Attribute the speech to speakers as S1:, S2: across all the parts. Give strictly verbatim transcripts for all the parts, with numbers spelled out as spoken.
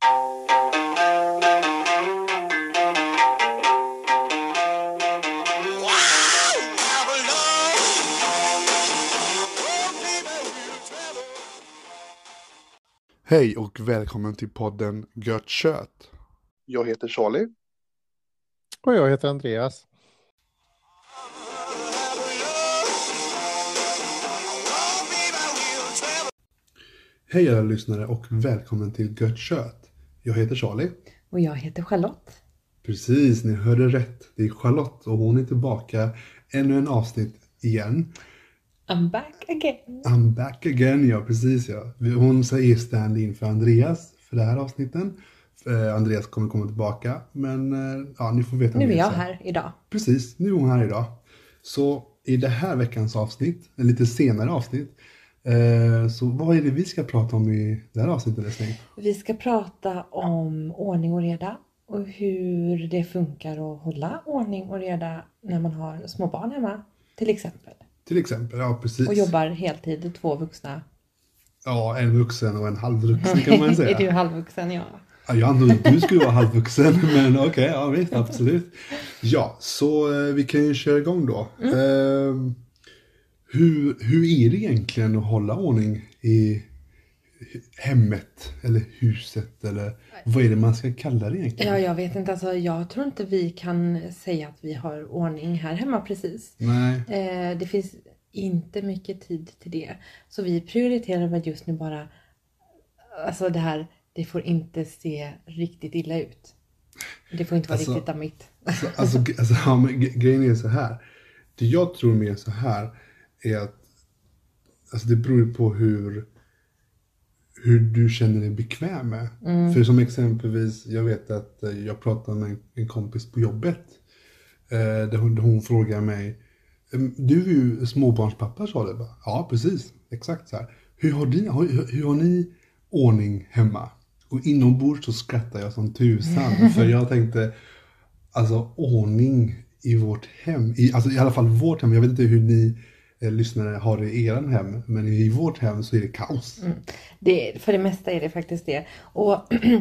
S1: Hej och välkommen till podden Gött Kött. Jag heter Charlie.
S2: Och jag heter Andreas.
S1: Hej alla lyssnare och välkommen till Gött Kött. Jag heter Charlie.
S3: Och jag heter Charlotte.
S1: Precis, ni hörde rätt. Det är Charlotte och hon är tillbaka ännu en avsnitt igen.
S3: I'm back again.
S1: I'm back again, ja precis ja. Hon säger stand-in för Andreas för det här avsnitten. Eh, Andreas kommer komma tillbaka, men eh, ja, ni får veta.
S3: Nu är jag här idag.
S1: Precis, nu är hon här idag. Så i det här veckans avsnitt, en lite senare avsnitt, eh, så vad är det vi ska prata om i det här avsnittet, Leslie?
S3: Vi ska prata om ordning och reda och hur det funkar att hålla ordning och reda när man har små barn hemma, till exempel.
S1: Till exempel, ja precis.
S3: Och jobbar heltid, två vuxna.
S1: Ja, en vuxen och en halvvuxen kan man säga.
S3: Är du halvvuxen, ja?
S1: Ja, jag antar att du skulle vara halvvuxen, men okej, okay, ja visst, absolut. Ja, så eh, vi kan ju köra igång då. Mm. Eh, hur, hur är det egentligen att hålla ordning i hemmet eller huset eller vad är det man ska kalla det egentligen?
S3: Ja, jag vet inte. Alltså, jag tror inte vi kan säga att vi har ordning här hemma precis.
S1: Nej.
S3: Eh, det finns inte mycket tid till det. Så vi prioriterar väl just nu bara, alltså det här, det får inte se riktigt illa ut. Det får inte vara alltså, riktigt dammigt.
S1: Alltså, alltså, alltså ja, men grejen är så här. Det jag tror mer så här är att alltså det beror på hur hur du känner dig bekväm med. Mm. För som exempelvis, jag vet att jag pratade med en kompis på jobbet. Eh, där, hon, där hon frågar mig, du är ju småbarnspappa, sa det. Ja, precis. Exakt så här. Hur har, ni, hur, hur har ni ordning hemma? Och inombords så skrattar jag som tusan. För jag tänkte, alltså ordning i vårt hem. I, alltså i alla fall vårt hem. Jag vet inte hur ni eh, lyssnare har det i eran hem. Men i vårt hem så är det kaos.
S3: Mm. Det, för det mesta är det faktiskt det. Och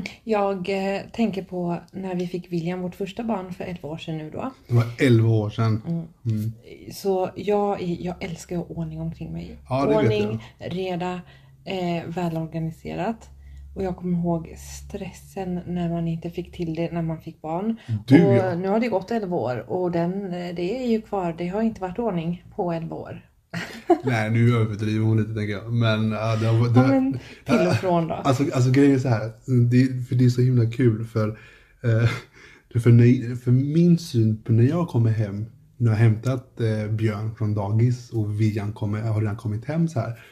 S3: jag eh, tänker på när vi fick William, vårt första barn, för elva år sedan nu då.
S1: Det var elva år sedan.
S3: Mm. Mm. Så jag, jag älskar att ha ordning omkring mig.
S1: Ja,
S3: ordning, reda, eh, välorganiserat. Och jag kommer ihåg stressen när man inte fick till det när man fick barn.
S1: Du,
S3: och
S1: ja.
S3: Nu har det gått elva år och den, det är ju kvar. Det har inte varit ordning på elva år.
S1: Nej, nu överdriver hon lite, tänker jag. Men, ja, det, det,
S3: ja, men till och från då.
S1: Alltså, alltså grejen är så här. Det, för det är så himla kul. För, eh, för, när, för min syn på när jag kommer hem. När jag har hämtat eh, Björn från dagis. Och William kommer, har redan kommit hem så här.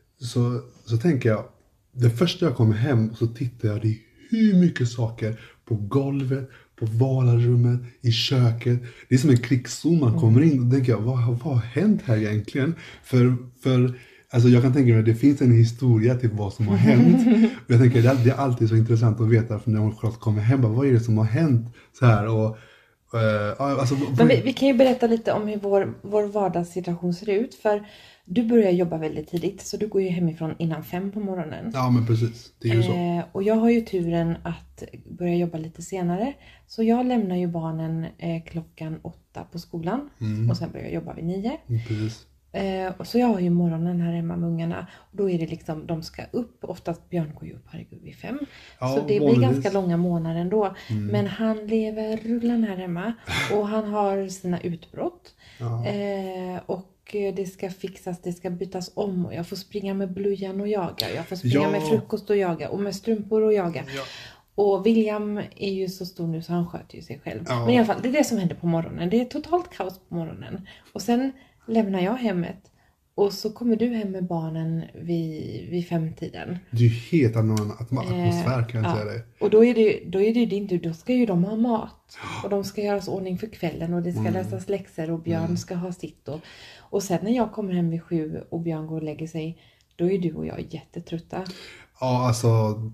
S1: Så, så tänker jag. Det första jag kommer hem så tittar jag i hur mycket saker på golvet, på vardagsrummet, i köket. Det är som en krigszon man kommer in och tänker jag, vad, vad har hänt här egentligen? För, för alltså jag kan tänka mig att det finns en historia till vad som har hänt. Och jag tänker det är alltid så intressant att veta för när hon själv kommer hem, vad är det som har hänt så här och uh, alltså,
S3: Men vi, vi kan ju berätta lite om hur vår, vår vardagssituation ser ut, för du börjar jobba väldigt tidigt, så du går ju hemifrån innan fem på morgonen.
S1: Ja, men precis. Det är ju så.
S3: Eh, och jag har ju turen att börja jobba lite senare. Så jag lämnar ju barnen eh, klockan åtta på skolan. Mm. Och sen börjar jag jobba vid nio.
S1: Mm, precis.
S3: Eh, och så jag har ju morgonen här hemma med ungarna. Och då är det liksom, de ska upp. Oftast Björn går ju upp här vid fem.
S1: Ja,
S3: så det
S1: vanligtvis.
S3: blir ganska långa månader ändå.
S1: Mm.
S3: Men han lever rullan här hemma. Och han har sina utbrott.
S1: Ja.
S3: Eh, och det ska fixas, det ska bytas om och jag får springa med blöjan och jaga. Jag får springa
S1: ja.
S3: med frukost och jaga och med strumpor och jaga.
S1: Ja.
S3: Och William är ju så stor nu så han sköter ju sig själv.
S1: Ja.
S3: Men i alla fall, det är det som händer på morgonen. Det är totalt kaos på morgonen. Och sen lämnar jag hemmet. Och så kommer du hem med barnen vid, vid femtiden.
S1: Det är ju helt annan atmosfär kan jag
S3: ja.
S1: säga dig.
S3: Och då är det, då är det din tur. Då ska ju de ha mat. Och de ska göras ordning för kvällen. Och det ska mm. läsas läxor. Och Björn mm. ska ha sitt. Och, och sen när jag kommer hem vid sju och Björn går och lägger sig. Då är du och jag jättetrötta.
S1: Ja, alltså.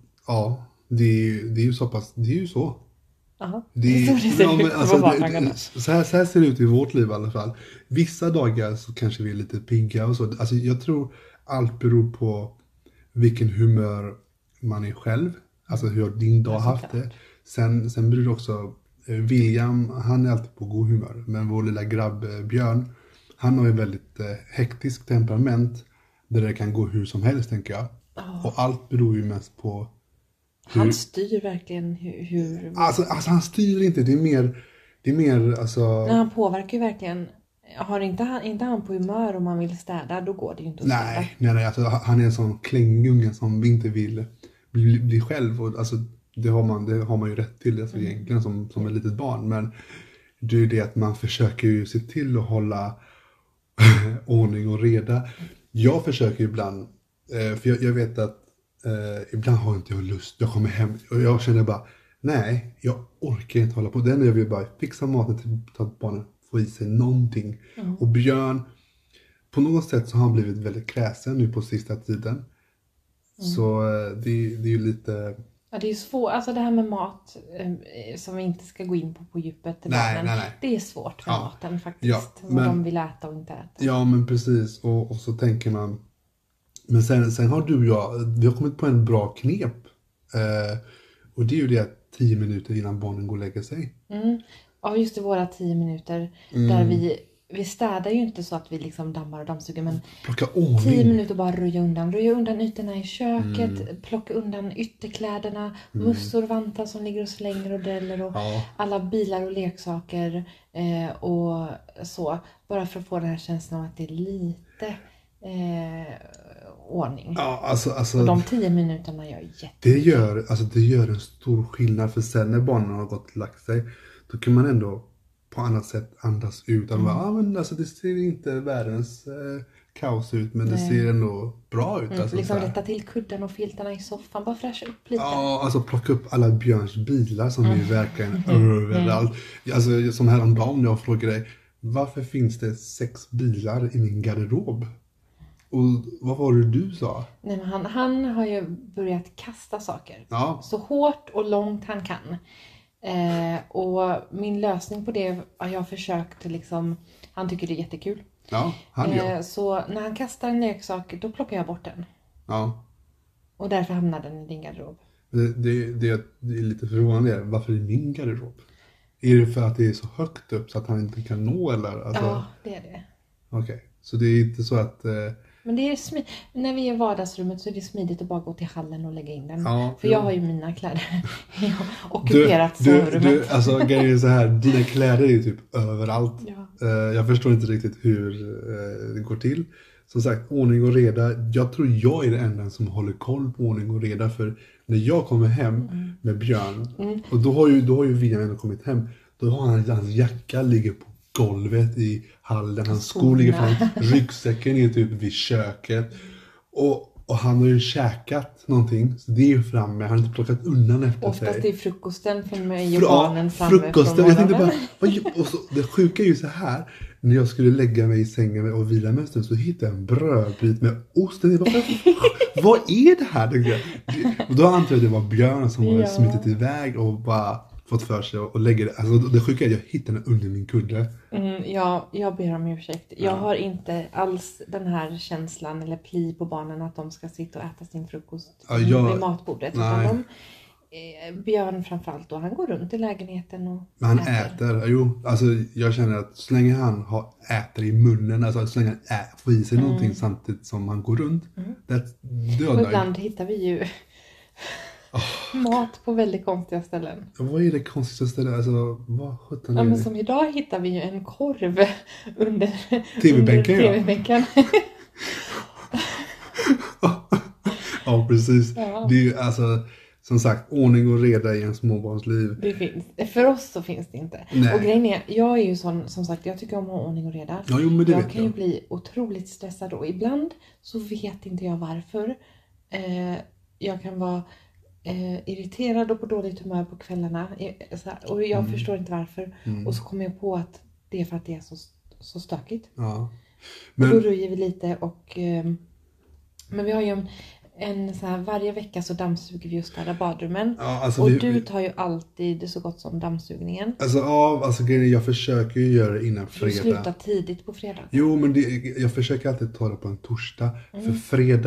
S1: Ja, det är, det är ju så pass. Det är ju så.
S3: Aha.
S1: Det, det,
S3: så, det ser
S1: ja, men,
S3: ut
S1: alltså,
S3: det,
S1: det, så, här, så här ser det ut i vårt liv i alla fall. Vissa dagar så kanske vi är lite pigga och så. Alltså jag tror allt beror på vilken humör man är själv. Alltså hur har din dag
S3: Ja,
S1: haft
S3: såklart.
S1: det? Sen, sen blir det också, eh, William, han är alltid på god humör. Men vår lilla grabb eh, Björn, han har ju väldigt eh, hektisk temperament. Där det kan gå hur som helst, tänker jag.
S3: Ja.
S1: Och allt beror ju mest på hur...
S3: Han styr verkligen hur... hur...
S1: Alltså, alltså han styr inte, det är mer, det är mer alltså...
S3: Men han påverkar ju verkligen... Har inte han, inte han på humör om man vill städa, då går det ju inte att städa.
S1: Nej, nej, nej alltså, han är en sån klängunge som vi inte vill bli, bli själv. Och, alltså, det, har man, det har man ju rätt till alltså, egentligen som, som ett litet barn. Men det är ju det att man försöker ju se till att hålla ordning och reda. Jag försöker ibland, eh, för jag, jag vet att eh, ibland har inte jag lust. Jag kommer hem och jag känner bara, nej, jag orkar inte hålla på. Den jag vill bara fixa maten till att barnen får i sig någonting.
S3: Mm.
S1: Och Björn, på något sätt så har han blivit väldigt kräsen nu på sista tiden.
S3: Mm.
S1: Så eh, det, det är ju lite...
S3: Ja, det är svårt. Alltså det här med mat eh, som vi inte ska gå in på på djupet till
S1: Nej,
S3: barnen.
S1: nej, nej.
S3: Det är svårt med
S1: Ja.
S3: maten faktiskt.
S1: Ja,
S3: vad
S1: men-
S3: de vill äta och inte äta.
S1: Ja, men precis. Och, och så tänker man... Men sen, sen har du och jag, vi har kommit på en bra knep. Eh, och det är ju det att tio minuter innan barnen går och lägger sig.
S3: Mm. Ja, just det, våra tio minuter.
S1: Mm.
S3: Där vi, vi städar ju inte så att vi liksom dammar och dammsuger. Men
S1: Plocka ordning.
S3: tio minuter bara röja undan. Röja undan ytorna i köket.
S1: Mm.
S3: Plocka undan ytterkläderna. Mössor, vantar som ligger och slänger och dräller. Och
S1: Ja,
S3: alla bilar och leksaker. Eh, och så. Bara för att få den här känslan av att det är lite eh, ordning.
S1: ja alltså, alltså
S3: Och de tio minuterna gör jätte...
S1: det, gör, alltså, det gör en stor skillnad. För sen när barnen har gått och lagt sig, då kan man ändå på annat sätt andas ut. Och
S3: Mm.
S1: bara, ah, men alltså, det ser inte världens eh, kaos ut, men det
S3: Nej.
S1: ser ändå bra ut.
S3: Mm,
S1: Alltså,
S3: liksom
S1: så här.
S3: rätta till kudden och filtarna i soffan. Bara fräscha upp lite.
S1: Ja, alltså plocka upp alla Björns bilar som
S3: Mm.
S1: är verkligen överallt. Alltså som häromdagen när jag frågade dig, varför finns det sex bilar i min garderob? Och vad var det du sa?
S3: Nej, men han, han har ju börjat kasta saker.
S1: Ja,
S3: Så hårt och långt han kan. Eh, och min lösning på det har jag försökt liksom... Han tycker det är jättekul.
S1: ja, han gör.
S3: Eh, så när han kastar en leksak, då plockar jag bort den.
S1: Ja.
S3: Och därför hamnar den i din garderob.
S1: Det, det, det, det är lite förvånande. Varför i min garderob? Är det för att det är så högt upp så att han inte kan nå eller? Alltså,
S3: Ja, det är det.
S1: Okej, så det är inte så att... Eh,
S3: Men det är smi- när vi är i vardagsrummet så är det smidigt att bara gå till hallen och lägga in den.
S1: ja,
S3: För
S1: ja.
S3: jag har ju mina kläder. Jag har
S1: Du,
S3: ockuperat
S1: du,
S3: sovrummet.
S1: du, alltså grejen är så här, dina kläder är ju typ överallt.
S3: Ja.
S1: Eh, jag förstår inte riktigt hur eh, det går till. Som sagt, ordning och reda. Jag tror jag är den enda som håller koll på ordning och reda. För när jag kommer hem
S3: Mm.
S1: med Björn,
S3: Mm.
S1: och då har ju, då har ju William ändå kommit hem. Då har han, hans jacka ligger på golvet i hallen. Hans skor ligger
S3: Skorna.
S1: fram. Ryggsäcken är typ vid köket. Och, och han har ju käkat någonting. Så det är ju framme. Han har inte plockat undan efter
S3: Oftast
S1: sig.
S3: är frukosten för mig och
S1: Fra-
S3: barnen framme
S1: frukosten,
S3: från
S1: jag tänkte bara,
S3: morgonen.
S1: vad, gör- och så, det sjuka är ju så här, när jag skulle lägga mig i sängen och vila med en stund så hittade jag en brödbit med ost. Jag bara, vad, vad är det här? tänkte jag. Det- Och då antar jag att det var Björn som hade
S3: Ja.
S1: smitit iväg och bara fått för sig och lägga det. Alltså det sjuka är att jag hittade den under min kudde.
S3: Mm, ja, jag ber om ursäkt. Jag
S1: Ja.
S3: har inte alls den här känslan eller pli på barnen att de ska sitta och äta sin frukost
S1: Ja, jag-
S3: vid matbordet.
S1: nej.
S3: Utan de, eh, Björn framförallt då, han går runt i lägenheten och
S1: Men han äter. Jo, alltså jag känner att så länge han har äter i munnen, alltså så länge han ä, får i sig
S3: Mm.
S1: någonting samtidigt som han går runt.
S3: Mm.
S1: Det, det är
S3: Och
S1: jag nöjd.
S3: ibland hittar vi ju mat på väldigt konstiga ställen.
S1: Vad är det konstigaste stället? Alltså, vad sjutton
S3: Ja,
S1: är
S3: men
S1: det?
S3: som idag hittar vi ju en korv under
S1: T V-bänken,
S3: under
S1: ja.
S3: T V-bänken.
S1: Ja, precis.
S3: Ja.
S1: Det är ju alltså, som sagt, ordning och reda i en småbarnsliv.
S3: Det finns. För oss så finns det inte.
S1: Nej.
S3: Och grejen är, jag är ju sån, som sagt, jag tycker om att ha ordning och reda.
S1: Ja, jo, men det
S3: jag
S1: vet
S3: kan ju
S1: jag.
S3: bli otroligt stressad och ibland så vet inte jag varför. Eh, jag kan vara eh, irriterad och på dåligt humör på kvällarna. Eh, så här, och jag
S1: Mm.
S3: förstår inte varför.
S1: Mm.
S3: Och så kommer jag på att det är för att det är så, så stökigt.
S1: Ja.
S3: Och då
S1: Men,
S3: röjer vi lite och... Eh, men vi har ju en, en så här, varje vecka så dammsuger vi och städar badrummen.
S1: ja, alltså,
S3: Och
S1: vi,
S3: du
S1: vi,
S3: tar ju alltid så gott som dammsugningen.
S1: alltså, ja, alltså grejen är, jag försöker ju göra det innan
S3: Du
S1: fredag.
S3: slutar tidigt på fredag.
S1: Jo, men det, jag försöker alltid ta det på en torsdag.
S3: Mm.
S1: För fredag,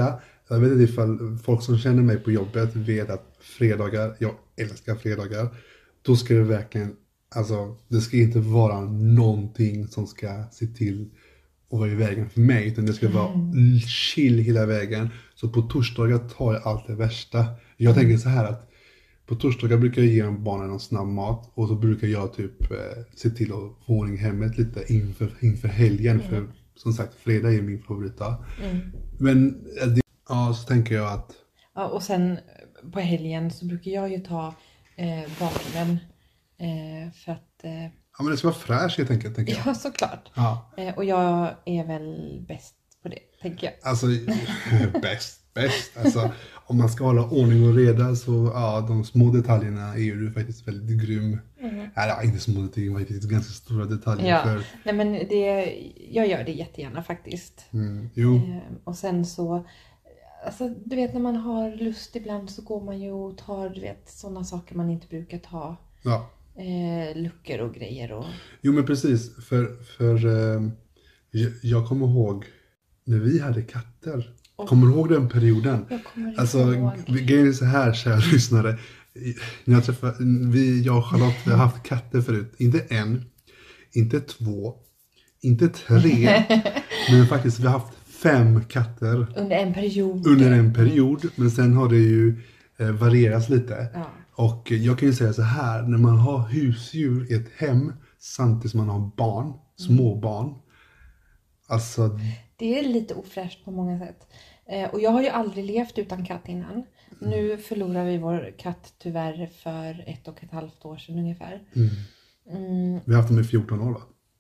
S1: Jag vet inte ifall folk som känner mig på jobbet vet att fredagar, jag älskar fredagar. Då ska det verkligen, alltså det ska inte vara någonting som ska se till att vara i vägen för mig. Utan det ska vara
S3: Mm.
S1: chill hela vägen. Så på torsdagar tar jag allt det värsta. Jag tänker så här att på torsdagar brukar jag ge barnen någon snabb mat. Och så brukar jag typ eh, se till att få ordning i hemmet lite inför, inför helgen.
S3: Mm.
S1: För som sagt, fredag är min favoritdag.
S3: Mm.
S1: Men eh, det, ja, så tänker jag att
S3: Ja, och sen på helgen så brukar jag ju ta eh, bakningen. Eh, för att, eh,
S1: ja, men det ska vara fräscht helt enkelt, tänker jag.
S3: ja såklart.
S1: Ja,
S3: Eh, och jag är väl bäst på det, tänker jag.
S1: alltså bäst, bäst. Alltså, om man ska hålla ordning och reda så ja, de små detaljerna är ju faktiskt väldigt grym.
S3: Mm.
S1: Ja, inte små detaljer, faktiskt ganska stora detaljer.
S3: Ja.
S1: För,
S3: Nej men det, jag gör det jättegärna faktiskt.
S1: mm, jo,
S3: Eh, och sen så, alltså du vet när man har lust ibland så går man ju och tar, du vet, sådana saker man inte brukar ta.
S1: ja.
S3: Eh, luckor och grejer och...
S1: Jo, men precis. För, för eh, jag, jag kommer ihåg när vi hade katter.
S3: Oh.
S1: Kommer du ihåg den perioden?
S3: Jag kommer inte
S1: Alltså,
S3: ihåg.
S1: grejen är så här, kära lyssnare. När jag träffade, vi, jag och Charlotte, vi har haft katter förut. Inte en, inte två, inte tre. Men faktiskt, vi har haft fem katter
S3: Under en period.
S1: under en period. Men sen har det ju eh, varierats lite.
S3: Ja.
S1: Och jag kan ju säga så här, när man har husdjur i ett hem samtidigt som man har barn, små barn. Alltså,
S3: Det är lite ofräscht på många sätt. Eh, och jag har ju aldrig levt utan katt innan. Nu förlorar vi vår katt tyvärr för ett och ett halvt år sedan ungefär.
S1: mm,
S3: Mm,
S1: vi har haft dem i fjorton år va?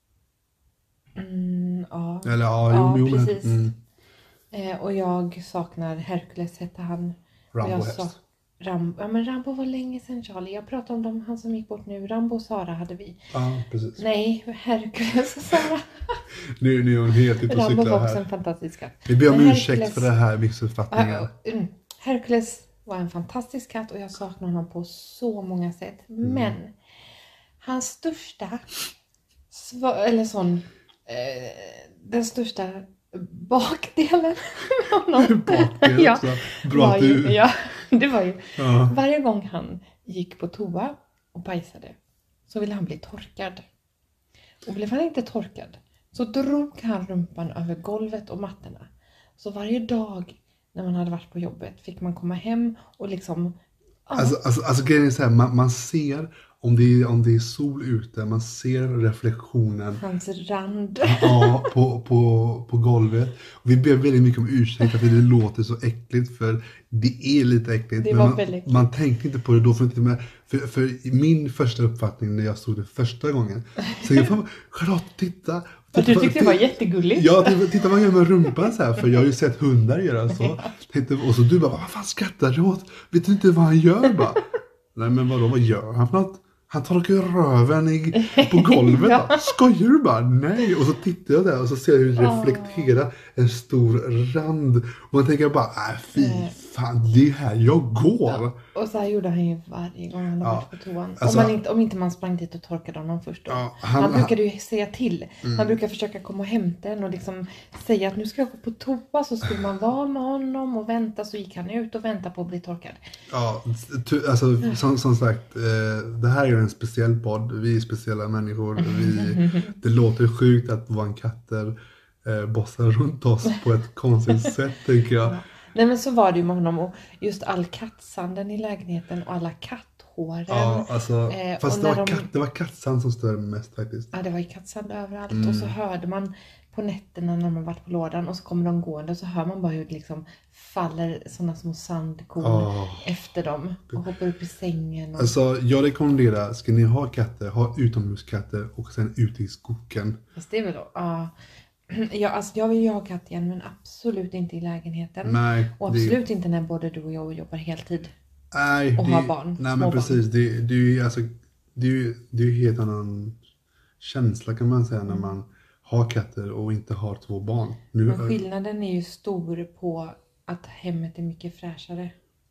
S3: mm, ja.
S1: Eller ja,
S3: Ja,
S1: jo, jo men,
S3: precis.
S1: mm,
S3: Eh, och jag saknar Hercules hette han. Och
S1: Rambo
S3: jag
S1: häst.
S3: sak- Rambo. Ja men Rambo var länge sedan Charlie. Jag pratar om dem, han som gick bort nu. Rambo och Sara hade vi.
S1: Ja, precis.
S3: Nej, Hercules och Sara.
S1: Nu, nu är hon helt ute och
S3: Rambo
S1: cyklar
S3: var också
S1: här.
S3: en fantastisk katt.
S1: Vi ber om
S3: Men
S1: ursäkt
S3: Hercules-
S1: för det här missuppfattningen.
S3: Ja, mm. Hercules var en fantastisk katt och jag saknar honom på så många sätt. Men hans största, sva- eller sån, eh, den största bakdelen med honom.
S1: Bakdel
S3: Ja,
S1: också. Bra
S3: var
S1: att
S3: ju,
S1: du...
S3: ja, det var ju
S1: Ja.
S3: varje gång han gick på toa och bajsade så ville han bli torkad. Och blev han inte torkad så drog han rumpan över golvet och mattorna. Så varje dag när man hade varit på jobbet fick man komma hem och liksom... ja,
S1: Alltså, alltså, alltså grejen är så här, man, man ser om det, är, om det är sol ute, man ser reflektionen
S3: hans rand.
S1: ja, på, på, på golvet. Och vi ber väldigt mycket om ursäkt att det låter så äckligt, för det är lite äckligt.
S3: Det
S1: men
S3: var
S1: man,
S3: väldigt äckligt.
S1: man tänkte inte på det då. För, inte med, för, för min första uppfattning när jag såg det första gången. Så jag bara, Charlotte, titta.
S3: Och du tyckte det var
S1: titta-
S3: jättegulligt.
S1: Ja, titta, titta vad jag gör med rumpan så här. För jag har ju sett hundar göra så. Tänkte, och så du bara, vad fan skrattar du åt? Vet du inte vad han gör? Bara, nej men vadå, vad gör han för något? Han torkar ju röven i, på golvet.
S3: Ja.
S1: Bara, skojar du bara? Nej. Och så tittar jag där och så ser jag hur det
S3: Åh.
S1: reflekterar en stor rand. Och man tänker bara, nej fy
S3: Nej.
S1: fan, det är här jag går.
S3: Ja. Och så här gjorde han ju varje gång han hade
S1: Ja.
S3: varit på toan.
S1: Alltså-
S3: om, man inte, om inte man sprang dit och torkade honom först då.
S1: Ja,
S3: han,
S1: han-
S3: brukade ju säga till.
S1: Mm.
S3: Han brukar försöka komma och hämta en och liksom säga att nu ska jag gå på toa. Så skulle man vara med honom och vänta. Så gick han ut och väntade på att bli torkad.
S1: Ja, tu- alltså som, som sagt, eh, det här är en speciell podd. Vi är speciella människor. Vi, det låter sjukt att våra katter eh, bossar runt oss på ett konstigt sätt, tänker jag.
S3: Ja. Nej men så var det ju med honom. Och just all kattsanden i lägenheten och alla katthåren.
S1: Ja, alltså,
S3: Eh,
S1: fast
S3: och
S1: det
S3: när
S1: var,
S3: de-
S1: katt, det var kattsand som störde mig mest faktiskt.
S3: Ja, det var ju kattsand överallt.
S1: Mm.
S3: Och så hörde man på nätterna när man varit på lådan och så kommer de gående och så hör man bara hur det liksom faller sådana små sandkorn
S1: Åh.
S3: efter dem och hoppar upp i sängen. Och...
S1: Alltså, jag rekommenderar, ska ni ha katter, ha utomhuskatter och sen ute i skogen.
S3: Fast det är väl då, ja. Ja, alltså jag vill ju ha katt igen men absolut inte i lägenheten.
S1: Nej,
S3: Och
S1: det-
S3: absolut inte när både du och jag jobbar heltid.
S1: Nej,
S3: Och
S1: det,
S3: ha barn,
S1: Nej,
S3: små
S1: men
S3: barn.
S1: precis. Det, det är ju alltså, det är ju det är ju helt annan känsla kan man säga när man har katter och inte har två barn. Nu,
S3: Men skillnaden är ju stor på att hemmet är mycket fräschare.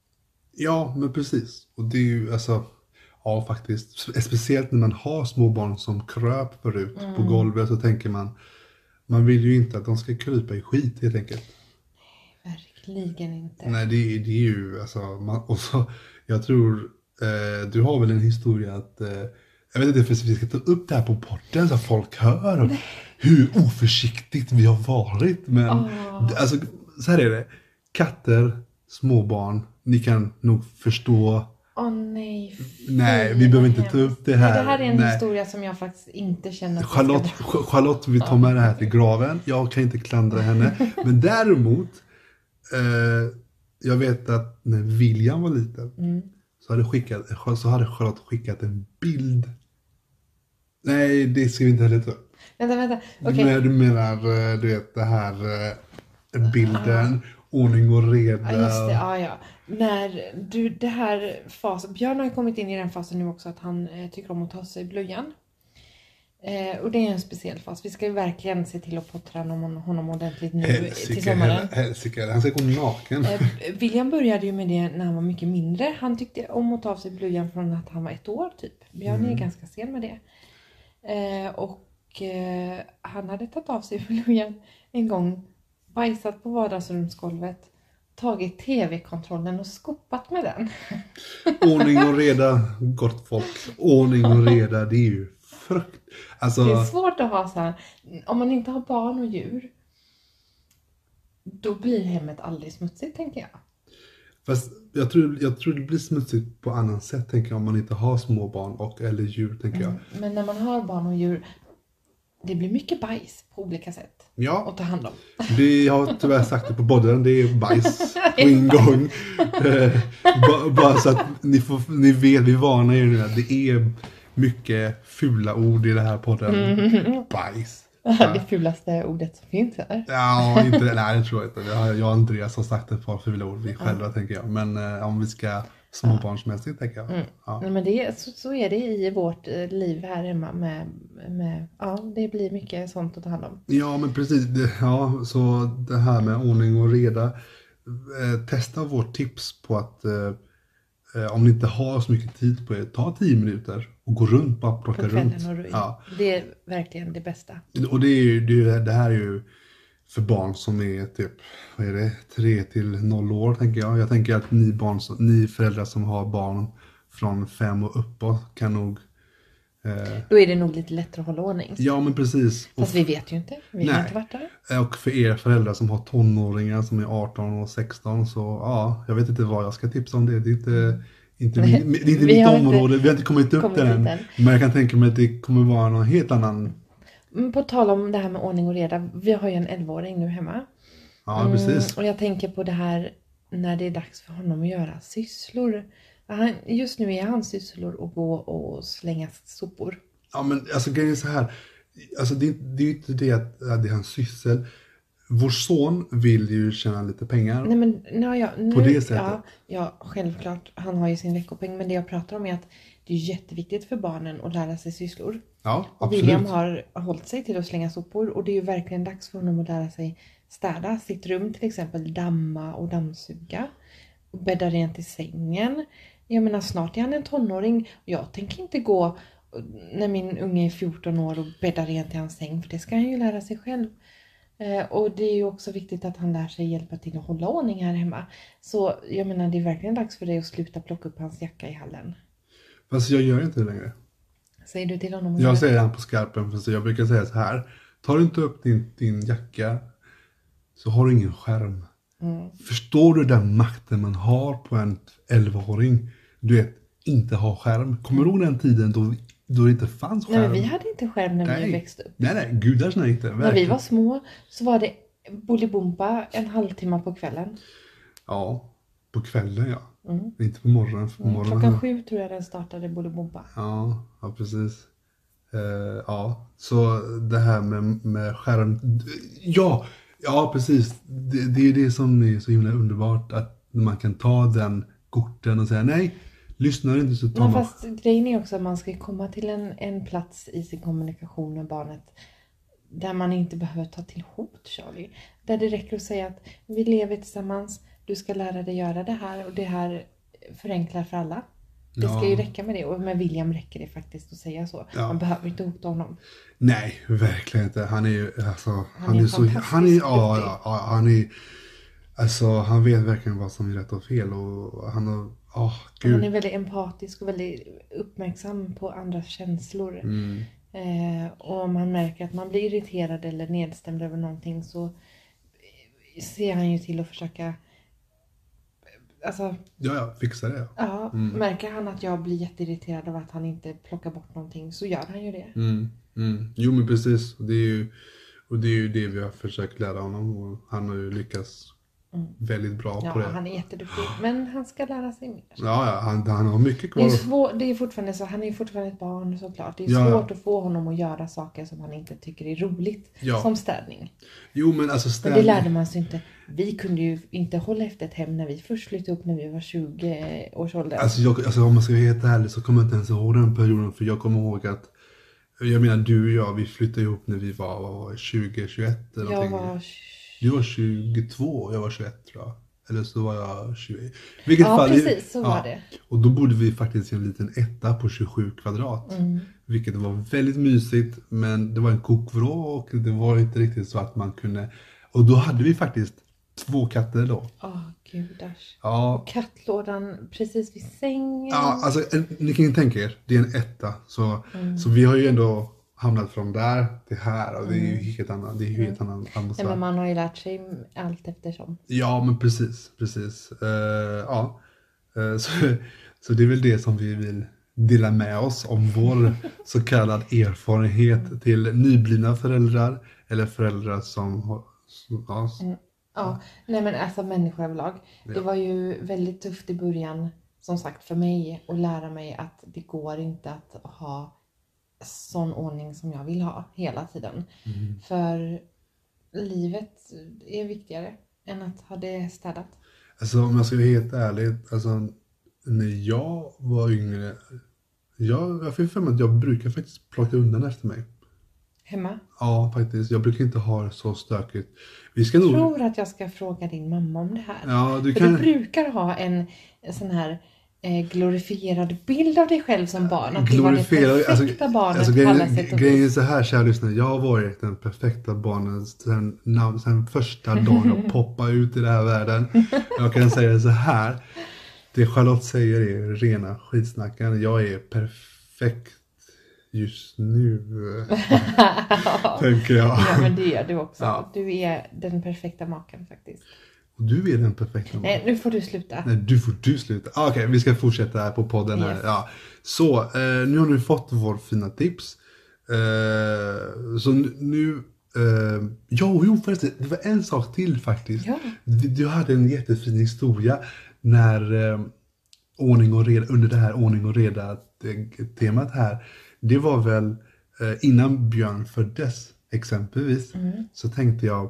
S1: Ja, men precis. Och det är ju alltså, ja faktiskt. Speciellt när man har små barn som kröp förut på
S3: Mm.
S1: golvet så tänker man, man vill ju inte att de ska krypa i skit helt enkelt.
S3: Verkligen verkligen inte.
S1: Nej, det, är- det är ju alltså, man, och så, jag tror, eh, du har väl en historia att, eh, jag vet inte för vi ska ta upp det här på podden så att folk hör
S3: Nej.
S1: hur oförsiktigt vi har varit. Men
S3: Åh.
S1: alltså, så här är det. Katter, småbarn, ni kan nog förstå.
S3: Åh nej.
S1: Nej,
S3: fy,
S1: vi behöver
S3: vad
S1: inte ta
S3: hemskt.
S1: upp det här.
S3: Det här är en
S1: Nej.
S3: historia som jag faktiskt inte känner att
S1: Charlotte,
S3: jag ska...
S1: Ch- Charlotte vill ta med det här till graven. Jag kan inte klandra henne. Men däremot, eh, jag vet att när William var liten
S3: Mm.
S1: så hade, skickat, så hade Charlotte skickat en bild. Nej, det ska vi inte heller ta upp.
S3: Vänta, vänta. Okej.
S1: Men du menar, eh, du vet, det här eh, bilden, ordning och reda.
S3: Ja, just det. Ja, ja. När du, det här fasen... Björn har ju kommit in i den fasen nu också att han eh, tycker om att ta sig i blöjan. Eh, och det är en speciell fas. Vi ska ju verkligen se till att pottra honom, honom ordentligt nu till
S1: Helsike,
S3: sommaren.
S1: helsike, han ska gå naken.
S3: Eh, William började ju med det när han var mycket mindre. Han tyckte om att ta av sig blöjan från att han var ett år typ. Björn är
S1: Mm.
S3: ganska sen med det. Eh, och eh, han hade tagit av sig blöjan en gång. Bajsat på vardagsrumsgolvet. Tagit tv-kontrollen och skopat med den.
S1: Ordning och reda, gott folk. Ordning och reda, det är ju frukt. Alltså,
S3: Det är svårt att ha så här. Om man inte har barn och djur. Då blir hemmet aldrig smutsigt tänker jag.
S1: fast jag tror, jag tror det blir smutsigt på annat sätt, tänker jag, om man inte har små barn och eller djur, tänker jag.
S3: Mm. Men när man har barn och djur. Det blir mycket bajs på olika sätt.
S1: Ja,
S3: Att ta hand om.
S1: det, jag har tyvärr sagt det på podden, det är bajs på en gång. Eh, ba, bara så att ni, får, ni vet, vi varnar er nu att det är mycket fula ord i den här podden.
S3: Mm.
S1: Bajs.
S3: Det fulaste ordet som finns här.
S1: Ja, inte, nej det tror jag inte. Jag, jag och Andreas har sagt ett par fula ord, vi själva tänker jag. Men eh, om vi ska småbarnsmässigt tänker jag.
S3: Mm.
S1: Ja.
S3: Nej, men det är, så, så är det i vårt eh, liv här hemma med, med, ja det blir mycket sånt att ta hand om.
S1: Ja, men precis. Det, ja, så det här med ordning och reda. Eh, testa vårt tips på att eh, eh, om ni inte har så mycket tid på er, ta tio minuter och gå runt, bara plocka
S3: På kvällen
S1: runt.
S3: och runt.
S1: Ja.
S3: Det är verkligen det bästa.
S1: Och det, är ju, det, är ju, det här är ju för barn som är typ, vad är det, tre till noll år tänker jag. Jag tänker att ni, barn, som- ni föräldrar som har barn från fem och uppåt kan nog... Eh,
S3: Då är det nog lite lättare att hålla ordning.
S1: ja, men precis. Och,
S3: Fast vi vet ju inte. Vi har
S1: Nej.
S3: inte varit där.
S1: och för er föräldrar som har tonåringar som är arton och sexton, så ja, jag vet inte vad jag ska tipsa om det. Det är inte, inte,
S3: Nej,
S1: min, det är inte
S3: vi
S1: mitt
S3: har inte
S1: område, vi har inte kommit upp
S3: kommit
S1: till
S3: dit
S1: än.
S3: än.
S1: Men jag kan tänka mig att det kommer vara någon helt annan...
S3: Mm, På tal om det här med ordning och reda. Vi har ju en elvaåring nu hemma.
S1: Ja, precis.
S3: Mm, och jag tänker på det här när det är dags för honom att göra sysslor. Han, just nu är hans sysslor att gå och slänga sopor.
S1: Ja, men alltså grejen är så här. Alltså det, det är ju inte det att ja, det är hans syssel. Vår son vill ju tjäna lite pengar.
S3: Nej, men, ja, ja, nu,
S1: På det sättet?
S3: Ja, ja, självklart. Han har ju sin veckopeng. Men det jag pratar om är att det är jätteviktigt för barnen att lära sig sysslor.
S1: Ja,
S3: Och
S1: absolut.
S3: William har hållit sig till att slänga sopor. Och det är ju verkligen dags för honom att lära sig städa sitt rum. Till exempel damma och dammsuga. Och bädda rent i sängen. Jag menar snart är han en tonåring. Jag tänker inte gå när min unge är fjorton år och bädda rent i hans säng. För det ska han ju lära sig själv. Eh, och det är ju också viktigt att han lär sig hjälpa till att hålla ordning här hemma. Så jag menar det är verkligen dags för dig att sluta plocka upp hans jacka i hallen.
S1: Fast jag gör inte det längre.
S3: Säger du till honom att
S1: Jag
S3: göra
S1: säger han på skarpen, för så jag brukar säga så här. Tar du inte upp din, din jacka så har du ingen skärm.
S3: Mm.
S1: Förstår du den makten man har på en elvaåring? Du vet, inte ha skärm. Kommer du ihåg den tiden då, då det inte fanns skärm?
S3: Nej, men vi hade inte skärm när
S1: Nej.
S3: vi växte upp.
S1: Nej, nej, gudars nej inte.
S3: När vi
S1: verkligen.
S3: var små så var det Bolibompa en halvtimme på kvällen.
S1: Ja, på kvällen ja.
S3: Mm.
S1: Inte på morgonen. För på
S3: Mm.
S1: morgonen
S3: Klockan sju tror jag den startade Bolibompa.
S1: Ja, ja precis. Eh, ja, så det här med, med skärm. Ja, ja precis. Det, det är det som är så himla underbart. Att man kan ta den korten och säga nej, lyssnar inte så tar
S3: Men
S1: man...
S3: fast grejen är också att man ska komma till en, en plats i sin kommunikation med barnet. Där man inte behöver ta till hot, Charlie. Där det räcker att säga att vi lever tillsammans. Du ska lära dig göra det här. Och det här förenklar för alla. Det ska
S1: Ja.
S3: ju räcka med det. Och med William räcker det faktiskt att säga så.
S1: Ja.
S3: Man behöver inte hota honom.
S1: Nej, verkligen inte. Han är ju alltså, han,
S3: är
S1: är så,
S3: fantastiskt
S1: han är, ja,
S3: duktig.
S1: ja, ja, han är, Alltså han vet verkligen vad som är rätt och fel. Och han har, åh oh, gud.
S3: Han är väldigt empatisk och väldigt uppmärksam på andras känslor.
S1: Mm.
S3: Eh, och om han märker att man blir irriterad eller nedstämd över någonting så ser han ju till att försöka, alltså,
S1: Ja, ja, fixa det.
S3: ja,
S1: Mm.
S3: märker han att jag blir jätteirriterad av att han inte plockar bort någonting så gör han ju det.
S1: Mm. Mm. Jo men precis, och det är ju, och det är ju det vi har försökt lära honom och han har ju lyckats
S3: Mm.
S1: väldigt bra
S3: Ja,
S1: på det.
S3: han är jätteduktig, men han ska lära sig mer.
S1: Ja, ja han, han har mycket
S3: Det
S1: kvar.
S3: är, svår, det är fortfarande så, han är ju fortfarande ett barn såklart. Det är
S1: Ja, ja.
S3: svårt att få honom att göra saker som han inte tycker är roligt.
S1: Ja.
S3: Som städning.
S1: Jo men alltså
S3: Men
S1: städning.
S3: det lärde man sig inte. Vi kunde ju inte hålla efter ett hem när vi först flyttade upp när vi var tjugo års ålder.
S1: Alltså, jag, alltså om man ska vara helt ärlig så kommer jag inte ens ihåg den perioden. För jag kommer ihåg att, jag menar du och jag, vi flyttade ihop när vi var, vad var det, tjugo, tjugoett eller
S3: jag
S1: någonting.
S3: var...
S1: Du var tjugotvå och jag var tjugoett tror jag. Eller så var jag tjugo. Vilket
S3: Ja,
S1: fall,
S3: precis, så
S1: ja.
S3: var det.
S1: Och då bodde vi faktiskt i en liten etta på tjugosju kvadrat.
S3: Mm.
S1: Vilket var väldigt mysigt. Men det var en kokvrå och det var inte riktigt så att man kunde. Och då hade vi faktiskt två katter då.
S3: Åh, gudars.
S1: Ja,
S3: Och kattlådan precis vid sängen.
S1: ja alltså en, ni kan ju tänka er. Det är en etta. Så,
S3: Mm.
S1: så vi har ju ändå hamnat från där till här. Och det är ju helt annan, det är ju helt annan
S3: Nej,
S1: atmosfär.
S3: men man har ju lärt sig allt eftersom.
S1: Ja, men precis, precis. Uh, ja, uh, så, så det är väl det som vi vill dela med oss om vår så kallad erfarenhet till nyblivna föräldrar eller föräldrar som har, ja,
S3: Mm. Ja, nej men alltså människor överlag.
S1: Ja.
S3: Det var ju väldigt tufft i början, som sagt, för mig att lära mig att det går inte att ha sån ordning som jag vill ha hela tiden.
S1: Mm.
S3: För livet är viktigare än att ha det städat.
S1: Alltså om jag ska vara helt ärlig, alltså när jag var yngre, jag, jag fick för mig att jag brukar faktiskt plocka undan efter mig.
S3: Hemma?
S1: Ja, faktiskt. Jag brukar inte ha det så stökigt. Vi ska
S3: Jag
S1: nog...
S3: tror att jag ska fråga din mamma om det här.
S1: Ja, du
S3: För
S1: kan...
S3: du brukar ha en, en sån här eh, glorifierad bild av dig själv som barn. Att
S1: Glorifierad,
S3: du var det perfekta
S1: alltså,
S3: barnet
S1: alltså,
S3: på alla
S1: grejen,
S3: sätt och
S1: grejen är
S3: vis.
S1: så här, kära lyssnare. Jag har varit den perfekta barnen sen, na- sen första dagen jag poppade ut i den här världen. Jag kan säga så här. Det Charlotte säger är rena skitsnacken. Jag är perfekt just nu. Tänker jag.
S3: Ja, men det är du också.
S1: Ja.
S3: Du är den perfekta maken faktiskt.
S1: Och du är den perfekta.
S3: Nej, nu får du sluta.
S1: Nej, du får du sluta. Ah, Okej, okay, vi ska fortsätta här på podden. Här.
S3: Yes.
S1: Ja. Så, eh, nu har du fått vår fina tips. Eh, så nu... nu eh, ja, jo förresten, det var en sak till faktiskt.
S3: Ja.
S1: Du, du hade en jättefin historia när eh, ordning och reda, under det här ordning och reda eh, temat här. Det var väl eh, innan Björn föddes exempelvis.
S3: Mm.
S1: Så tänkte jag,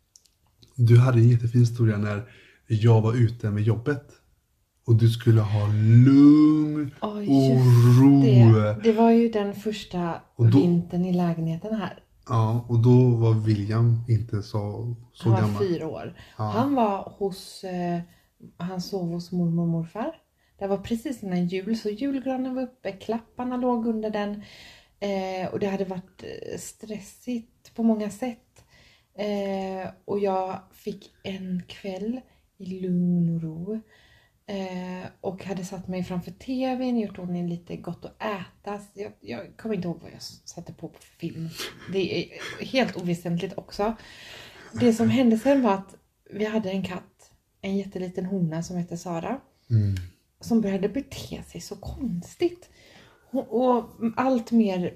S1: du hade en jättefin historia när jag var ute med jobbet. Och du skulle ha lugn
S3: Oh,
S1: och ro.
S3: det. det var ju den första
S1: Och då-
S3: vintern i lägenheten här.
S1: Ja, och då var William inte så, så
S3: Han var
S1: gammal.
S3: fyra år.
S1: Ja.
S3: Han var hos, eh, han sov hos mormor och morfar. Det var precis innan jul, så julgranen var uppe, klapparna låg under den. Eh, och det hade varit eh, stressigt på många sätt. Eh, och jag fick en kväll i lugn och ro. Eh, och hade satt mig framför tvn, gjort ordning lite gott att äta. Jag, jag kommer inte ihåg vad jag satte på på film. Det är helt oväsentligt också. Det som hände sen var att vi hade en katt, en jätteliten hona som hette Sara.
S1: Mm.
S3: Som började bete sig så konstigt. Hon, och allt mer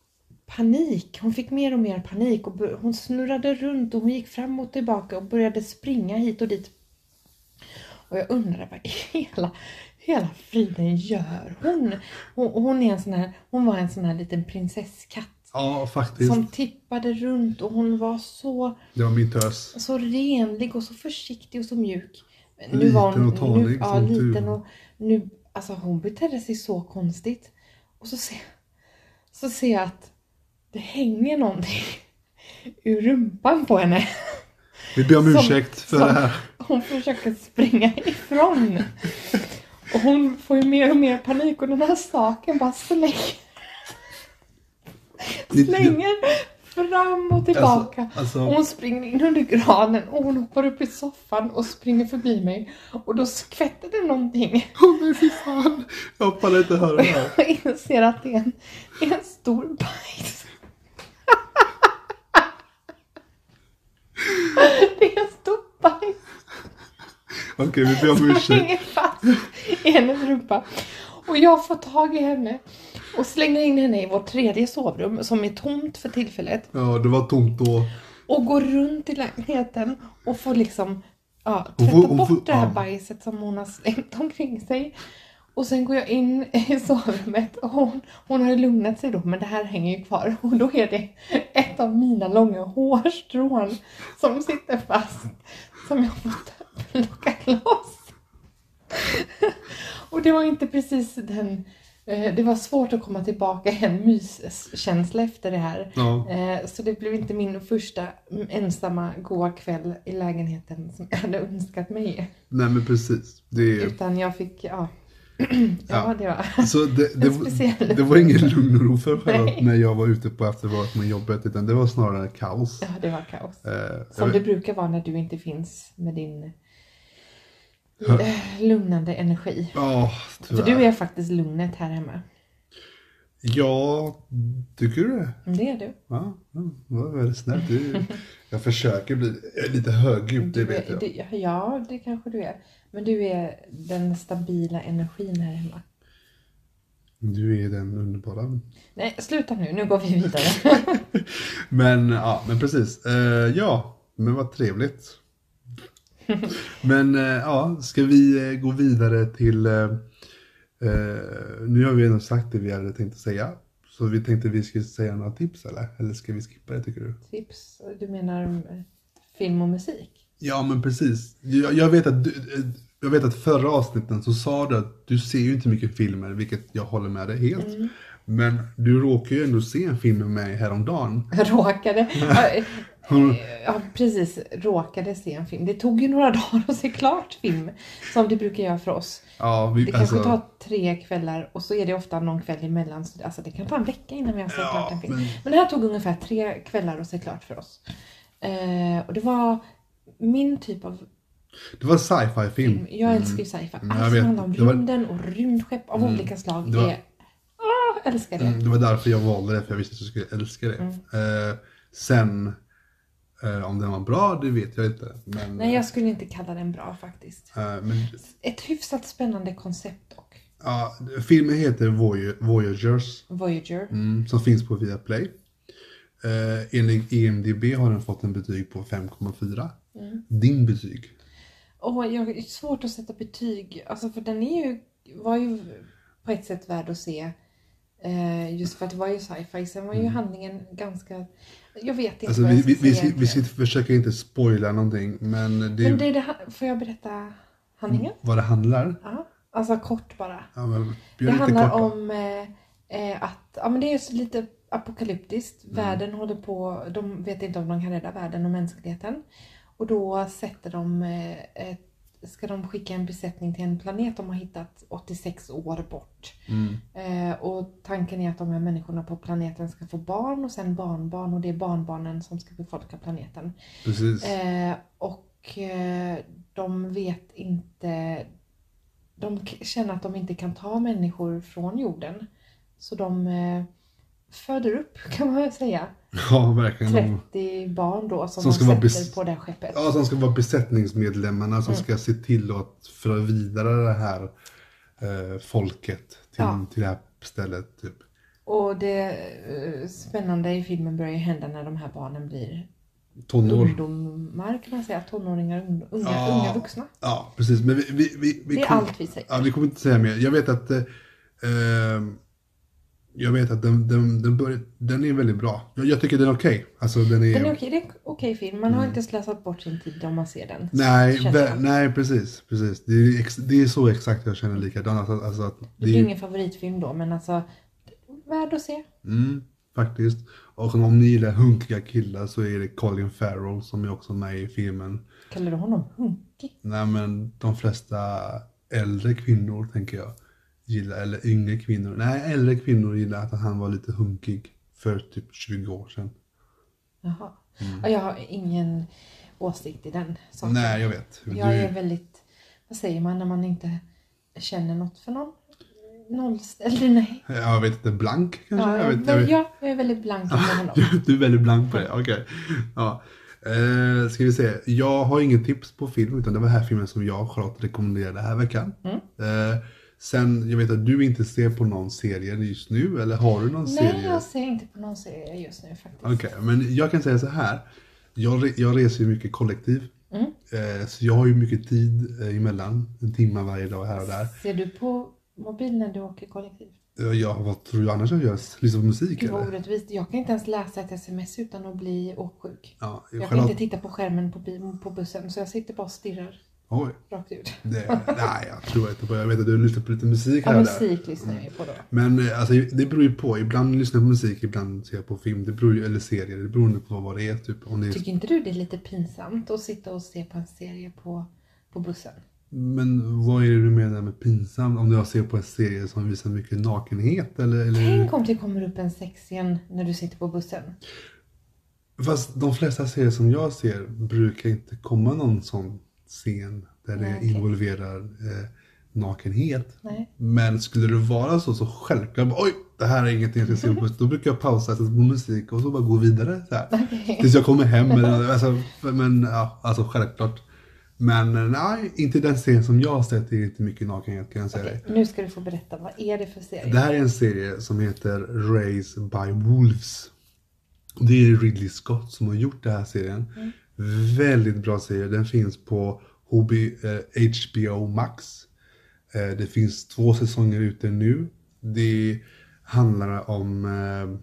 S3: panik. Hon fick mer och mer panik. Och bör, hon snurrade runt och hon gick fram och tillbaka och började springa hit och dit. Och jag undrade vad i hela, hela friden gör hon? hon? Hon är en sån här, hon var en sån här liten prinsesskatt.
S1: Ja, faktiskt.
S3: Som tippade runt och hon var så,
S1: Det var min tös.
S3: så renlig och så försiktig och så mjuk. Men
S1: Liten
S3: var hon,
S1: och tanig,
S3: nu, ja,
S1: som tur.
S3: liten och nu, alltså hon betedde sig så konstigt. Och så ser, så ser jag att det hänger någonting ur rumpan på henne.
S1: Vi ber om
S3: Som-
S1: ursäkt för
S3: som-
S1: det här.
S3: Hon försöker springa ifrån. Och hon får ju mer och mer panik och den här saken bara slänger,
S1: Ni-
S3: slänger fram och tillbaka.
S1: Alltså, alltså...
S3: Och hon springer in under granen och hon hoppar upp i soffan och springer förbi mig. Och då skvätter det någonting.
S1: Åh oh, nej, fy fan. Jag hoppar inte höra det här.
S3: Jag inser att det är en, det är en stor bajs. Det är en stor bajs.
S1: Okej, okay, vi ber om ursäkt.
S3: Som hänger fast i hennes rumpa. Och jag får tag i henne och slänger in henne i vårt tredje sovrum som är tomt för tillfället.
S1: Ja, det var tomt då.
S3: Och går runt i lägenheten och får liksom ja, tvätta
S1: hon får,
S3: bort
S1: hon får,
S3: det här
S1: ja.
S3: bajset som hon har slängt omkring sig. Och sen går jag in i sovrummet och hon, hon har lugnat sig då, men det här hänger ju kvar. Och då är det ett av mina långa hårstrån som sitter fast, som jag fått plocka loss. Och det var inte precis den, det var svårt att komma tillbaka i en myskänsla efter det här.
S1: Ja.
S3: Så det blev inte min första ensamma goa kväll i lägenheten som jag hade önskat mig.
S1: Nej, men precis. Det är...
S3: Utan jag fick, ja... ja,
S1: ja,
S3: det var
S1: så det, det, var, det var ingen lugn och ro för mig när jag var ute på eftervalet med jobbet, utan det var snarare kaos.
S3: Ja, det var kaos.
S1: Eh,
S3: Som
S1: jag...
S3: det brukar vara när du inte finns med din äh, lugnande energi.
S1: Oh,
S3: för du är faktiskt lugnet här hemma.
S1: Ja, tycker du det?
S3: Det är du.
S1: Ja, det var väldigt snällt. Det, jag försöker bli lite högljudd, det
S3: du
S1: vet
S3: är,
S1: jag.
S3: Du, ja, det kanske du är. Men du är den stabila energin här hemma.
S1: Du är den underbara.
S3: Nej, sluta nu. Nu går vi vidare.
S1: men, ja, men precis. Uh, ja, men vad trevligt. men, uh, ja, ska vi uh, gå vidare till... Uh, uh, nu har vi redan sagt det vi hade tänkt att säga. Så vi tänkte att vi skulle säga några tips, eller? Eller ska vi skippa det, tycker du?
S3: Tips? Du menar film och musik?
S1: Ja, men precis. Jag, jag vet att du... Uh, Jag vet att förra avsnitten så sa du att du ser ju inte mycket filmer, vilket jag håller med dig helt. Mm. Men du råkar ju ändå se en film med mig häromdagen.
S3: Råkade? Ja, precis. Råkade se en film. Det tog ju några dagar att se klart film, som det brukar göra för oss.
S1: Ja, vi,
S3: det kanske alltså... tar tre kvällar och så är det ofta någon kväll emellan. Så alltså det kan ta en vecka innan vi har sett ja, klart en film. Men... men det här tog ungefär tre kvällar att se klart för oss. Eh, och det var min typ av...
S1: Det var sci-fi film.
S3: Jag älskar ju sci-fi.
S1: Mm,
S3: Allt som handlar om rymden och rymdskepp av mm, olika slag. Det var... är... Åh, älskar det.
S1: Mm, det var därför jag valde det, för jag visste att jag skulle älska det. Mm. Eh, sen, eh, om den var bra, det vet jag inte. Men,
S3: nej, jag skulle inte kalla den bra faktiskt.
S1: Eh, men... Ett
S3: hyfsat spännande koncept dock.
S1: Ja, filmen heter Voyagers.
S3: Voyager.
S1: Mm, som finns på Viaplay. Eh, enligt E M D B har den fått en betyg på fem komma fyra. Mm. Din betyg?
S3: Oh, jag är svårt att sätta betyg. Alltså för den är ju, var ju på ett sätt värd att se. Eh, just för att det var ju sci-fi. Sen var ju mm. handlingen ganska... Jag vet inte
S1: alltså,
S3: vad
S1: vi,
S3: jag ska
S1: vi,
S3: säga.
S1: Vi, vi försöker inte spoila någonting. Men det,
S3: men det är det, får jag berätta handlingen?
S1: Vad det handlar?
S3: Ja, alltså kort bara.
S1: Ja, men,
S3: det handlar kort, om eh, att... Ja, men det är så lite apokalyptiskt. Mm. Världen håller på... De vet inte om de kan rädda världen och mänskligheten. Och då sätter de, eh, ska de skicka en besättning till en planet de har hittat åttiosex år bort. Mm. Eh, och tanken är att de här människorna på planeten ska få barn och sen barnbarn. Och det är barnbarnen som ska befolka planeten.
S1: Precis.
S3: Eh, och eh, de vet inte, de känner att de inte kan ta människor från jorden. Så de... Eh, föder upp, kan man väl säga.
S1: Ja, verkligen.
S3: trettio barn då som,
S1: som
S3: de
S1: ska
S3: sätter
S1: bes-
S3: på det här skeppet.
S1: Ja, som ska vara besättningsmedlemmarna som mm. ska se till att föra vidare det här eh, folket till, ja. till det här stället. Typ.
S3: Och det eh, spännande i filmen börjar hända när de här barnen blir
S1: Tonår.
S3: ungdomar, kan man säga. Tonåringar, unga, ja. unga vuxna.
S1: Ja, precis. Men vi, vi, vi, vi
S3: det är
S1: kom,
S3: allt vi säger.
S1: Ja, vi kommer inte säga mer. Jag vet att... Eh, Jag vet att den, den, den, börjar, den är väldigt bra. Jag, jag tycker den är okej. Okay. Alltså, den är,
S3: den är okej. Det är en okej film. Man mm. har inte slösat bort sin tid om man ser den.
S1: Nej, vä- nej precis. precis. Det, är ex, det är så exakt jag känner likadant. Alltså, alltså att
S3: det, det är ingen favoritfilm då, men alltså värd att se.
S1: Mm, faktiskt. Och om ni gillar hunkiga killar så är det Colin Farrell som är också med i filmen.
S3: Kallar du honom hunkig?
S1: Nej, men de flesta äldre kvinnor tänker jag. Gillar, eller yngre kvinnor. Nej, äldre kvinnor gillar att han var lite hunkig för typ tjugo år sedan.
S3: Jaha. Ja, jag har ingen åsikt i den saken.
S1: Nej, jag vet. Du...
S3: Jag är väldigt, vad säger man när man inte känner något för någon? Nollställd, nej.
S1: Jag vet inte, blank kanske?
S3: Ja,
S1: jag,
S3: jag,
S1: vet, jag, vet.
S3: jag är väldigt blank med honom.
S1: Du är väldigt blank på det, okej. Okay. Ja. Eh, ska vi se, jag har ingen tips på film, utan det var här filmen som jag och Charlotte rekommenderade den här veckan. Mm. Eh, sen, jag vet att du inte ser på någon serie just nu, eller har du någon
S3: nej,
S1: serie?
S3: Nej, jag ser inte på någon serie just nu faktiskt.
S1: Okej, okay, men jag kan säga så här. Jag, jag reser ju mycket kollektiv. Mm. Eh, så jag har ju mycket tid eh, emellan, en timme varje dag här och där.
S3: Ser du på mobil när du åker kollektiv?
S1: Ja, vad tror du annars jag gör? Lyssna på musik?
S3: Gud,
S1: eller?
S3: Orättvist. Jag kan inte ens läsa ett sms utan att bli åksjuk.
S1: Ja,
S3: jag
S1: jag
S3: kan inte titta på skärmen på, på bussen, så jag sitter bara och stirrar.
S1: Oj.
S3: Rakt ut.
S1: Det, nej, jag tror inte på. Jag vet att du lyssnar på lite musik här
S3: ja,
S1: och
S3: där. Musik lyssnar
S1: mm.
S3: jag på då.
S1: Men alltså, det beror ju på. Ibland lyssnar jag på musik, ibland ser jag på film. Det beror ju, eller serier. Det beror på vad det är. Typ. Om det är...
S3: Tycker inte du det är lite pinsamt att sitta och se på en serie på, på bussen?
S1: Men vad är det du menar med pinsamt? Om jag ser på en serie som visar mycket nakenhet? Eller, eller...
S3: Tänk om det kommer upp en sexscen när du sitter på bussen.
S1: Fast de flesta serier som jag ser brukar inte komma någon sån scen där det okay. involverar eh, nakenhet.
S3: Nej.
S1: Men skulle det vara så, så självklart, oj, det här är ingenting jag ska se på. Då brukar jag pausa, sätta på musik och så bara gå vidare. Så här. Okay. Tills jag kommer hem. Eller, alltså, men ja, alltså självklart. Men nej, inte den serien som jag har sett är inte mycket nakenhet, kan jag säga
S3: okay,
S1: dig.
S3: Nu ska du få berätta, vad är det för serie?
S1: Det här är en serie som heter Raised by Wolves. Det är Ridley Scott som har gjort den här serien. Mm. Väldigt bra serie. Den finns på H B O Max. Eh, det finns två säsonger ute nu. Det handlar om... Eh,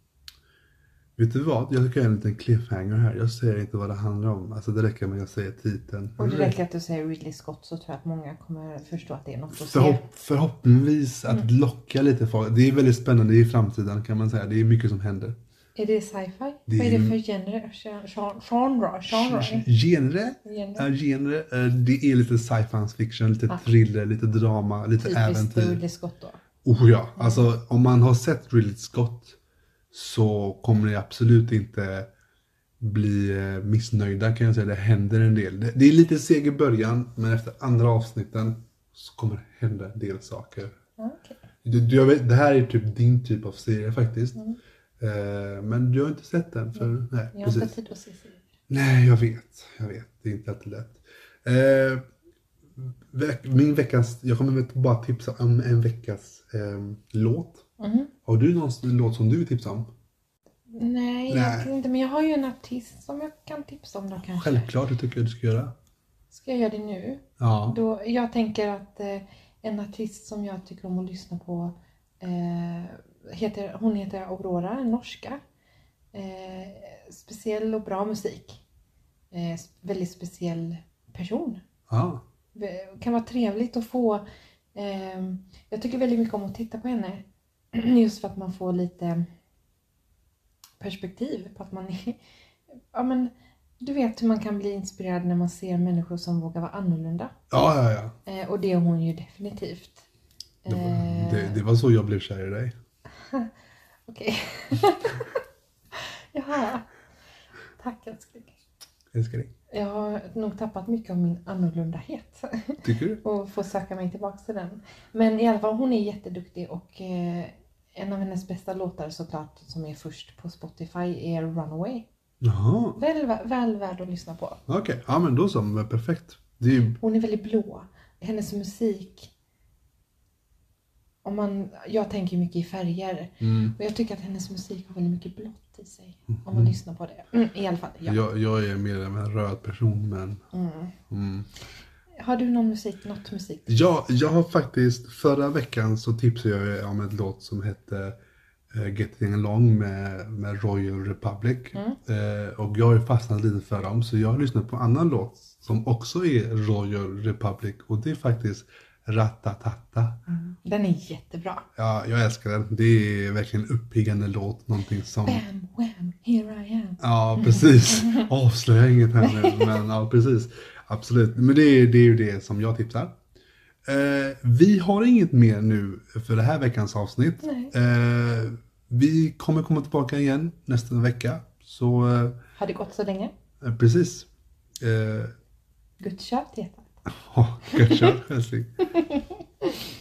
S1: vet du vad? Jag ska göra en liten cliffhanger här. Jag säger inte vad det handlar om. Alltså det räcker med att jag säger titeln.
S3: Och det räcker att du säger Ridley Scott, så tror jag att många kommer förstå att det är något att
S1: Förhopp-
S3: se.
S1: Förhoppningsvis att mm. locka lite folk. Det är väldigt spännande i framtiden, kan man säga. Det är mycket som händer.
S3: Är det sci-fi?
S1: Det
S3: vad är det för genre? Genre? Genre?
S1: Genre? Genre. genre. Det är lite sci-fi fiction, lite ah. thriller, lite drama, lite typiskt äventyr.
S3: Typiskt Ridley Scott då?
S1: Oh ja, mm. alltså om man har sett Ridley Scott så kommer ni absolut inte bli missnöjda, kan jag säga. Det händer en del. Det är lite seg i början, men efter andra avsnitten så kommer det hända en del saker.
S3: Okay.
S1: Du, du, vet, det här är typ din typ av serie faktiskt. Mm. Men du har inte sett den. För,
S3: mm.
S1: nej,
S3: jag har
S1: precis.
S3: inte tid att se serier.
S1: Nej, jag vet. Jag vet. Det är inte alltid lätt. Eh, veck, min veckas... Jag kommer bara tipsa om en veckas eh, låt. Mm. Har du någon låt som du vill tipsa om?
S3: Nej, nej. Jag kan inte. Men jag har ju en artist som jag kan tipsa om då kanske.
S1: Självklart, det tycker jag du ska göra.
S3: Ska jag göra det nu?
S1: Ja.
S3: Då, jag tänker att eh, en artist som jag tycker om att lyssna på... Eh, Heter, hon heter Aurora, en norska. Eh, speciell och bra musik. Eh, väldigt speciell person.
S1: Ah.
S3: Kan vara trevligt att få... Eh, jag tycker väldigt mycket om att titta på henne. Just för att man får lite perspektiv på att man är... Ja, men, du vet hur man kan bli inspirerad när man ser människor som vågar vara annorlunda.
S1: Ja, ja, ja.
S3: Eh, och det är hon ju definitivt.
S1: Det var, det, det var så jag blev kär i dig.
S3: Okej. Jaha. Tack älskling.
S1: Älskling.
S3: Jag har nog tappat mycket av min annorlundahet.
S1: Tycker du?
S3: Och får söka mig tillbaka till den. Men i alla fall, hon är jätteduktig. Och eh, en av hennes bästa låtar såklart, som är först på Spotify, är Runaway.
S1: Jaha.
S3: Väl, väl värd att lyssna på.
S1: Okej, okay. Ja men då så, men perfekt. Det är ju...
S3: Hon är väldigt blå. Hennes musik... Om man, jag tänker mycket i färger. Mm. Och jag tycker att hennes musik har väldigt mycket blått i sig. Mm. Om man lyssnar på det. Mm, I alla fall, ja.
S1: Jag, jag är mer en röd person, men...
S3: Mm.
S1: Mm.
S3: Har du någon musik, något musik?
S1: Ja, jag har faktiskt... Förra veckan så tipsade jag om ett låt som hette uh, Getting Along med, med Royal Republic. Mm. Uh, och jag har ju fastnat lite för dem. Så jag har lyssnat på en annan låt som också är Royal Republic. Och det är faktiskt... Ratatata.
S3: Mm. Den är jättebra.
S1: Ja, jag älskar den. Det är verkligen en uppiggande låt. Någonting som...
S3: Bam, wham, here I am.
S1: Ja, precis. Avslöja inget här nu. Men ja, precis. Absolut. Men det är, det är ju det som jag tipsar. Eh, vi har inget mer nu för det här veckans avsnitt. Eh, vi kommer komma tillbaka igen nästa vecka. Så, eh,
S3: Har det gått så länge?
S1: eh, precis. Eh,
S3: Gott kört, heter det.
S1: ja, kanske, älskling.